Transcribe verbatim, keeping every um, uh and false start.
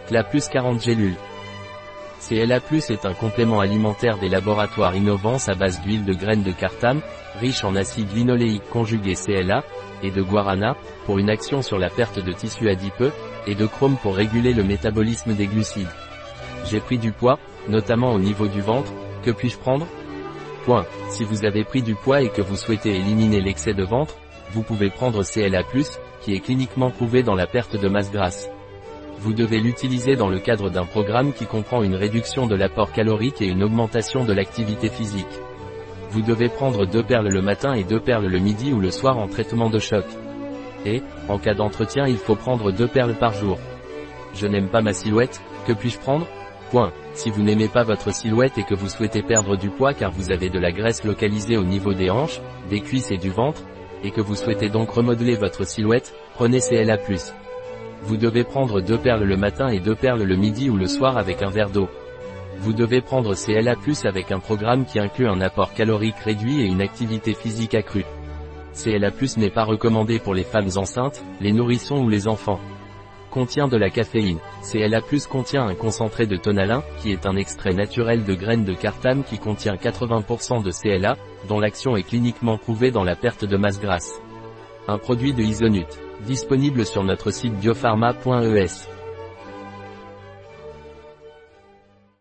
CLA plus quarante gélules. C L A plus est un complément alimentaire des laboratoires Innovance à base d'huile de graines de cartame, riche en acide linoléique conjugué C L A, et de guarana, pour une action sur la perte de tissu adipeux, et de chrome pour réguler le métabolisme des glucides. J'ai pris du poids, notamment au niveau du ventre, que puis-je prendre? Point. Si vous avez pris du poids et que vous souhaitez éliminer l'excès de ventre, vous pouvez prendre C L A plus, qui est cliniquement prouvé dans la perte de masse grasse. Vous devez l'utiliser dans le cadre d'un programme qui comprend une réduction de l'apport calorique et une augmentation de l'activité physique. Vous devez prendre deux perles le matin et deux perles le midi ou le soir en traitement de choc. Et, en cas d'entretien, il faut prendre deux perles par jour. Je n'aime pas ma silhouette, que puis-je prendre? Point. Si vous n'aimez pas votre silhouette et que vous souhaitez perdre du poids car vous avez de la graisse localisée au niveau des hanches, des cuisses et du ventre, et que vous souhaitez donc remodeler votre silhouette, prenez C L A plus. Vous devez prendre deux perles le matin et deux perles le midi ou le soir avec un verre d'eau. Vous devez prendre C L A plus avec un programme qui inclut un apport calorique réduit et une activité physique accrue. C L A plus n'est pas recommandé pour les femmes enceintes, les nourrissons ou les enfants. Contient de la caféine. C L A plus contient un concentré de tonalin, qui est un extrait naturel de graines de cartame qui contient quatre-vingts pour cent de C L A, dont l'action est cliniquement prouvée dans la perte de masse grasse. Un produit de Isonut. Disponible sur notre site biopharma point E S.